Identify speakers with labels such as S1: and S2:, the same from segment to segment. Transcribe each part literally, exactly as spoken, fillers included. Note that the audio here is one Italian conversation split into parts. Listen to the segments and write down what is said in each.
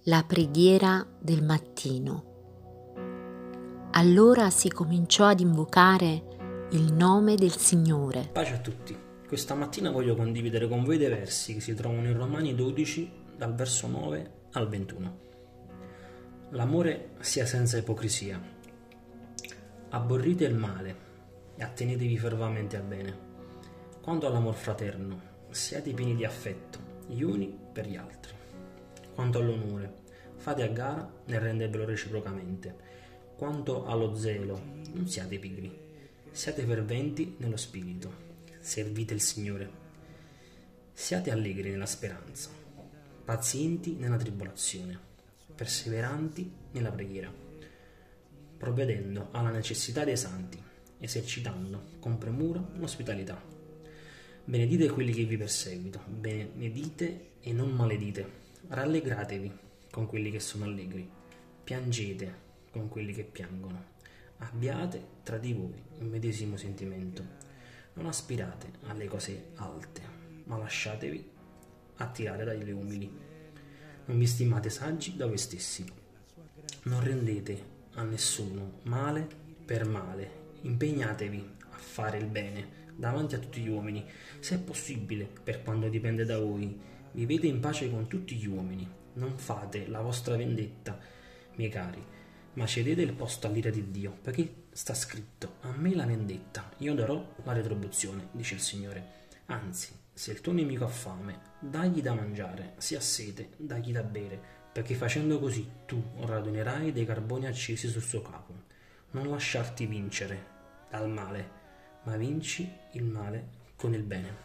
S1: La preghiera del mattino. Allora si cominciò ad invocare il nome del Signore.
S2: Pace a tutti. Questa mattina voglio condividere con voi dei versi che si trovano in Romani dodici, dal verso nove al ventuno. L'amore sia senza ipocrisia. Abborrite il male e attenetevi fervamente al bene. Quanto all'amor fraterno, siate pieni di affetto gli uni per gli altri. Quanto all'onore, fate a gara nel rendervelo reciprocamente. Quanto allo zelo, non siate pigri, siate ferventi nello spirito, servite il Signore. Siate allegri nella speranza, pazienti nella tribolazione, perseveranti nella preghiera, provvedendo alla necessità dei santi, esercitando con premura l'ospitalità. Benedite quelli che vi perseguitano, benedite e non maledite. Rallegratevi con quelli che sono allegri, piangete con quelli che piangono, abbiate tra di voi un medesimo sentimento. Non aspirate alle cose alte, ma lasciatevi attirare dagli umili. Non vi stimate saggi da voi stessi. Non rendete a nessuno male per male. Impegnatevi a fare il bene davanti a tutti gli uomini. Se è possibile, per quanto dipende da voi, vivete in pace con tutti gli uomini. Non fate la vostra vendetta, miei cari, ma cedete il posto all'ira di Dio, perché sta scritto: a me la vendetta, io darò la retribuzione, dice il Signore. Anzi, se il tuo nemico ha fame, dagli da mangiare, se ha sete, dagli da bere, perché facendo così tu radunerai dei carboni accesi sul suo capo. Non lasciarti vincere dal male, ma vinci il male con il bene.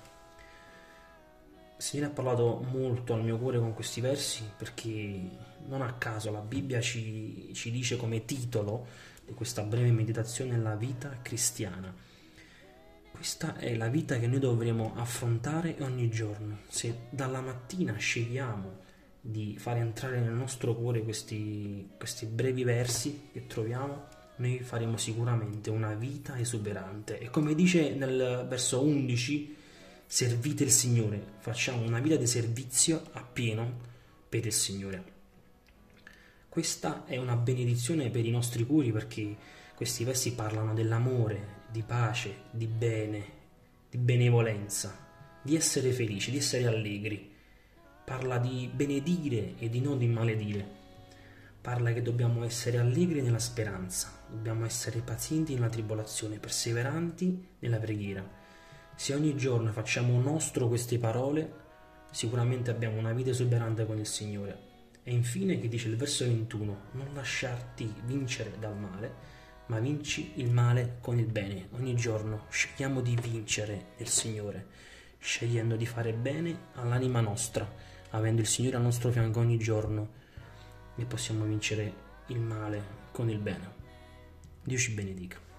S2: Il Signore ha parlato molto al mio cuore con questi versi, perché non a caso la Bibbia ci, ci dice come titolo di questa breve meditazione la vita cristiana. Questa è la vita che noi dovremo affrontare ogni giorno. Se dalla mattina scegliamo di fare entrare nel nostro cuore questi, questi brevi versi che troviamo, noi faremo sicuramente una vita esuberante. E come dice nel verso undici, servite il Signore, facciamo una vita di servizio appieno per il Signore. Questa è una benedizione per i nostri cuori, perché questi versi parlano dell'amore, di pace, di bene, di benevolenza, di essere felici, di essere allegri. Parla di benedire e di non di maledire. Parla che dobbiamo essere allegri nella speranza, dobbiamo essere pazienti nella tribolazione, perseveranti nella preghiera. Se ogni giorno facciamo nostro queste parole, sicuramente abbiamo una vita esuberante con il Signore. E infine, che dice il verso ventuno, non lasciarti vincere dal male, ma vinci il male con il bene. Ogni giorno scegliamo di vincere nel Signore, scegliendo di fare bene all'anima nostra, avendo il Signore al nostro fianco ogni giorno, e possiamo vincere il male con il bene. Dio ci benedica.